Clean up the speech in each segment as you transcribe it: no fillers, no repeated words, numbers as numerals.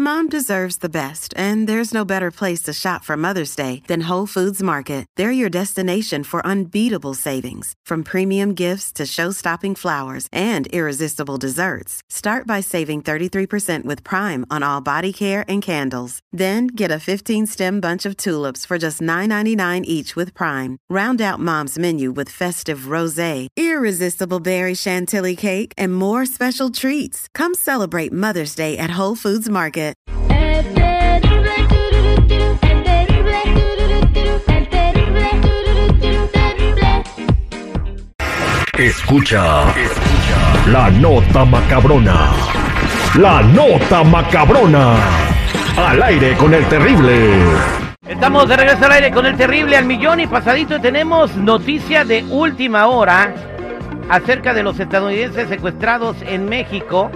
Mom deserves the best, and there's no better place to shop for Mother's Day than Whole Foods Market. They're your destination for unbeatable savings, from premium gifts to show-stopping flowers and irresistible desserts. Start by saving 33% with Prime on all body care and candles. Then get a 15-stem bunch of tulips for just $9.99 each with Prime. Round out Mom's menu with festive rosé, irresistible berry chantilly cake, and more special treats. Come celebrate Mother's Day at Whole Foods Market. Escucha la nota macabrona. La nota macabrona. Al aire con el terrible. Estamos de regreso al aire con el terrible al millón y pasadito. Tenemos noticia de última hora acerca de los estadounidenses secuestrados en México.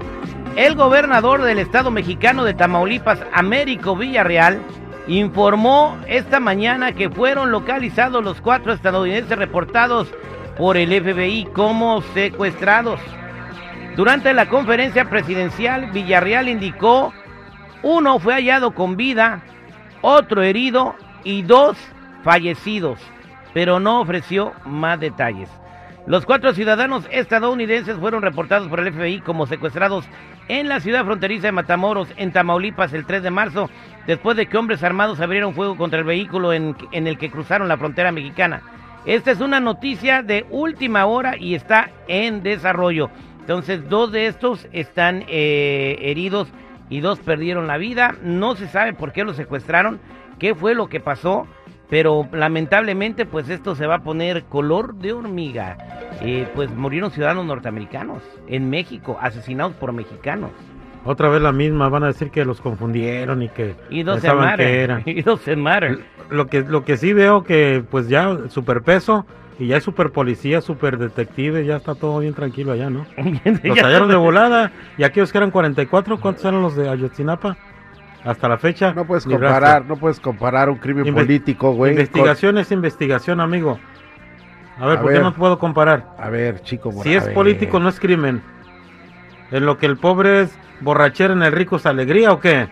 El gobernador del estado mexicano de Tamaulipas, Américo Villarreal, informó esta mañana que fueron localizados los 4 estadounidenses reportados por el FBI como secuestrados. Durante la conferencia presidencial, Villarreal indicó: uno fue hallado con vida, otro herido y 2 fallecidos, pero no ofreció más detalles. Los 4 ciudadanos estadounidenses fueron reportados por el FBI como secuestrados en la ciudad fronteriza de Matamoros, en Tamaulipas, el 3 de marzo, después de que hombres armados abrieron fuego contra el vehículo en el que cruzaron la frontera mexicana. Esta es una noticia de última hora y está en desarrollo. Entonces, 2 de estos están heridos y 2 perdieron la vida. No se sabe por qué los secuestraron, qué fue lo que pasó, pero lamentablemente pues esto se va a poner color de hormiga. Pues murieron ciudadanos norteamericanos en México, asesinados por mexicanos. Otra vez la misma, van a decir que los confundieron y que y no saben qué era. Y no se matter. Lo que sí veo que pues ya superpeso y ya es super policía, super detective, ya está todo bien tranquilo allá, ¿no? Los hallaron de volada y aquellos que eran 44, ¿cuántos eran los de Ayotzinapa? Hasta la fecha. No puedes comparar un crimen político, güey. Investigación es investigación, amigo. A ver, ¿por qué no puedo comparar? A ver, chico. Si es político, no es crimen. ¿En lo que el pobre es borrachera, en el rico es alegría o qué?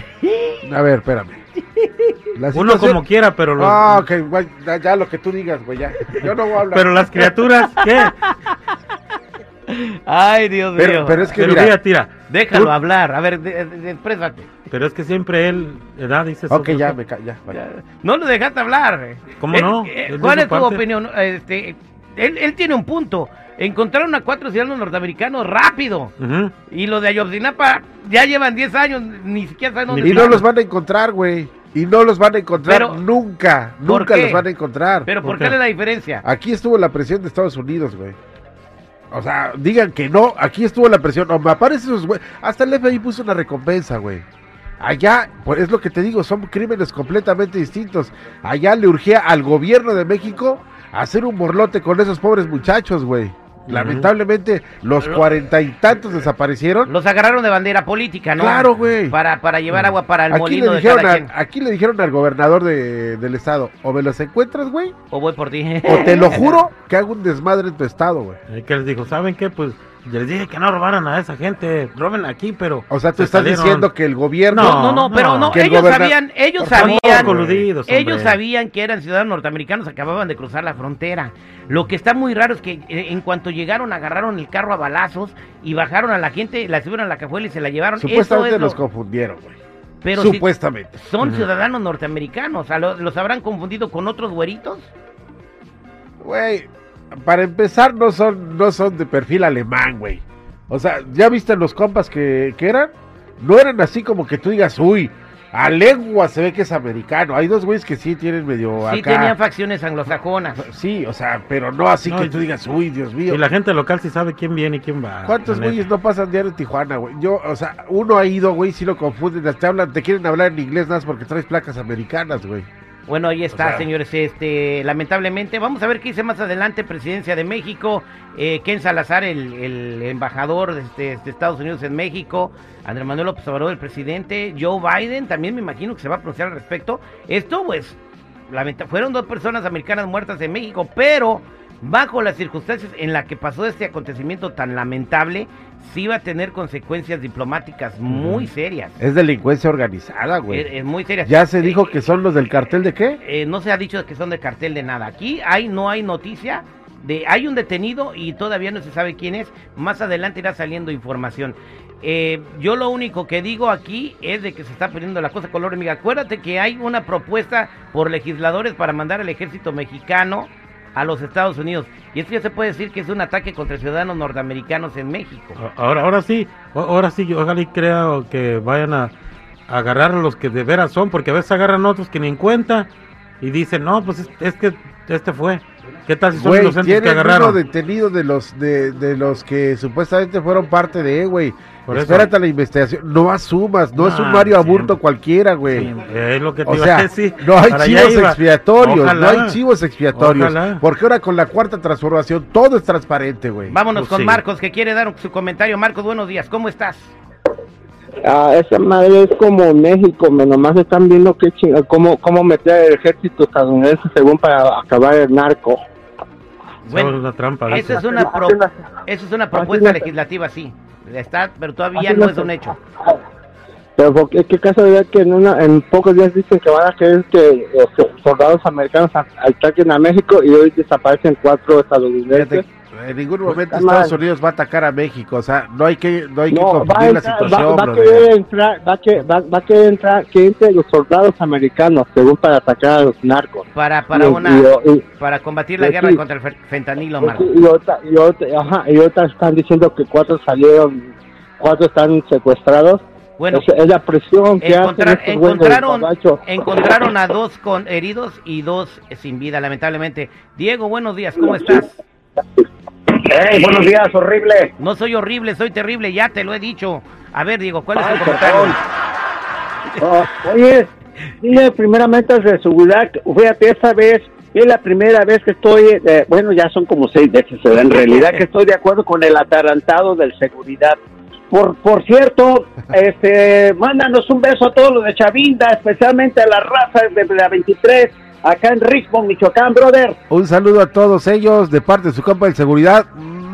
A ver, espérame. Uno como quiera, pero... ok, güey, ya lo que tú digas, güey, ya. Yo no voy a hablar. Pero las criaturas, ¿qué? Ay, Dios mío. Pero es que tira. Déjalo hablar, a ver, exprésate. Pero es que siempre él, dice eso. Ok, ya. No lo dejaste hablar. ¿Cómo no? ¿Cuál es tu opinión? Él tiene un punto. Encontraron a 4 ciudadanos norteamericanos rápido. Y los de Ayotzinapa ya llevan 10 años, ni siquiera saben dónde están. Y no los van a encontrar, güey. Y no los van a encontrar, pero, nunca los van a encontrar. ¿Pero por qué es la diferencia? Aquí estuvo la presión de Estados Unidos, güey. O sea, digan que no, aquí estuvo la presión. O me aparecen esos güey. Hasta el FBI puso una recompensa, güey. Allá, pues es lo que te digo, son crímenes completamente distintos. Allá le urgía al gobierno de México hacer un borlote con esos pobres muchachos, güey. Lamentablemente, los 40 y tantos desaparecieron. Los agarraron de bandera política, ¿no? Claro, güey. Para llevar agua para el molino de cada quien. Aquí le dijeron al gobernador del estado: o me los encuentras, güey, o voy por ti. O te lo juro que hago un desmadre en tu estado, güey. Que les dijo, ¿saben qué? Pues les dije que no robaran a esa gente, roben aquí, pero... O sea, tú estás diciendo que el gobierno... No, ellos sabían que eran ciudadanos norteamericanos, acababan de cruzar la frontera. Lo que está muy raro es que en cuanto llegaron, agarraron el carro a balazos y bajaron a la gente, la subieron a la cajuela y se la llevaron. Supuestamente los confundieron, güey. Pero supuestamente. Si son ciudadanos norteamericanos, ¿los habrán confundido con otros güeritos? Güey... Para empezar, no son de perfil alemán, güey. O sea, ¿ya viste los compas que eran? No eran así como que tú digas, uy, a lengua se ve que es americano. Hay 2 güeyes que sí tienen medio acá. Sí tenían facciones anglosajonas. Sí, o sea, pero no así que tú digas, uy, Dios mío. Y la gente local sí sabe quién viene y quién va. ¿Cuántos güeyes no pasan diario en Tijuana, güey? O sea, uno ha ido, güey, sí lo confunden, te quieren hablar en inglés nada más porque traes placas americanas, güey. Bueno, ahí está, señores, lamentablemente, vamos a ver qué dice más adelante Presidencia de México, Ken Salazar, el embajador de Estados Unidos en México, Andrés Manuel López Obrador, el presidente, Joe Biden, también me imagino que se va a pronunciar al respecto. Esto, pues, fueron 2 personas americanas muertas en México, pero bajo las circunstancias en las que pasó este acontecimiento tan lamentable, sí va a tener consecuencias diplomáticas muy serias. Es delincuencia organizada, güey. Es muy seria. Ya se dijo que son los del cartel de qué. No se ha dicho que son de cartel de nada. Aquí no hay noticia. Hay un detenido y todavía no se sabe quién es. Más adelante irá saliendo información. Yo lo único que digo aquí es de que se está poniendo la cosa color hormiga. Acuérdate que hay una propuesta por legisladores para mandar al ejército mexicano a los Estados Unidos. Y esto ya se puede decir que es un ataque contra ciudadanos norteamericanos en México. Ahora sí, ojalá y creo que vayan a agarrar a los que de veras son, porque a veces agarran otros que ni en cuenta y dicen, no, pues es que este fue. ¿Qué tal si son Güey, inocentes que agarraron? Uno detenido de los que supuestamente fueron parte de, güey. Por Espérate eso. a la investigación, no asumas, no es un Mario Aburto cualquiera, güey. Sí, es lo que te O iba sea, a decir. no hay Para allá chivos iba. expiatorios, Ojalá. no hay chivos expiatorios. Ojalá. Porque ahora con la cuarta transformación todo es transparente, güey. Vámonos Pues con sí. Marcos, que quiere dar su comentario. Marcos, buenos días, ¿cómo estás? Esa madre es como México, nomás están viendo cómo meter el ejército estadounidense según para acabar el narco. Bueno, Eso es una trampa. esa es una propuesta Así no- legislativa, sí. Está, pero todavía así no no es un se- hecho. Pero porque qué casualidad que en pocos días dicen que van a querer que los soldados americanos ataquen a México y hoy desaparecen 4 estadounidenses. Fíjate, en ningún momento Está Estados mal. Unidos va a atacar a México, o sea, no hay que No, va confundir a la entrar, situación, va a brother. querer entrar, va a querer entrar, que entren los soldados americanos según para atacar a los narcos. Para combatir la Sí. guerra contra el fentanilo, Marcos. Y ahorita están diciendo que 4 salieron, 4 están secuestrados. Bueno, Es la presión que hacen estos güeyes babachos. encontraron a 2 con heridos y 2 sin vida, lamentablemente. Diego, buenos días, ¿cómo estás? Buenos días, horrible. No soy horrible, soy terrible, ya te lo he dicho. A ver, Diego, ¿cuál es Ay, tu comentario? Oye, dile primeramente de seguridad, fíjate, esta vez es la primera vez que estoy, bueno, ya son como 6 veces, en realidad que estoy de acuerdo con el atarantado del seguridad. Por cierto, mándanos un beso a todos los de Chavinda, especialmente a la raza de la 23, acá en Richmond, Michoacán, brother. Un saludo a todos ellos de parte de su compa de seguridad.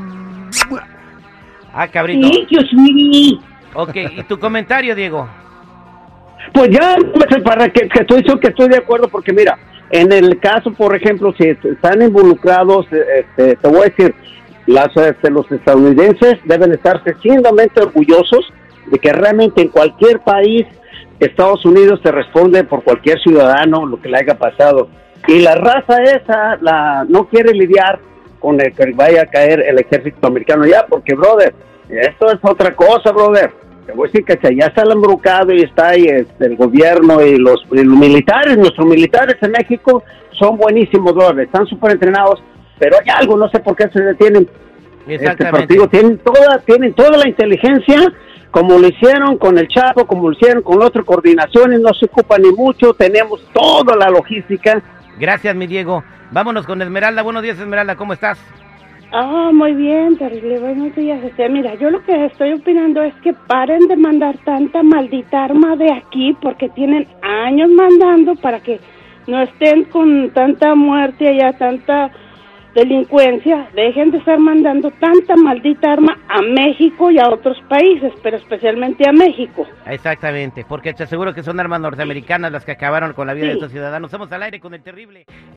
Ah, cabrito. Dios mío. Ok, ¿y tu comentario, Diego? Pues ya, para que estoy de acuerdo, porque mira, en el caso, por ejemplo, si están involucrados, te voy a decir, los estadounidenses deben estar sencillamente orgullosos de que realmente en cualquier país, Estados Unidos te responde por cualquier ciudadano lo que le haya pasado. Y la raza esa no quiere lidiar con el que vaya a caer el ejército americano ya, porque, brother, esto es otra cosa, brother. Te voy a decir que ya está el embrucado y está ahí el gobierno y los militares, nuestros militares en México son buenísimos, brother, están súper entrenados, pero hay algo, no sé por qué se detienen. Este partido tienen toda la inteligencia, como lo hicieron con el Chapo, como lo hicieron con otras coordinaciones, no se ocupa ni mucho, tenemos toda la logística. Gracias, mi Diego. Vámonos con Esmeralda. Buenos días, Esmeralda, ¿cómo estás? Muy bien, terrible, buenos días. Mira, yo lo que estoy opinando es que paren de mandar tanta maldita arma de aquí, porque tienen años mandando para que no estén con tanta muerte allá, tanta delincuencia. Dejen de estar mandando tanta maldita arma a México y a otros países, pero especialmente a México. Exactamente, porque te aseguro que son armas norteamericanas las que acabaron con la vida Sí. de estos ciudadanos. Somos al aire con el terrible.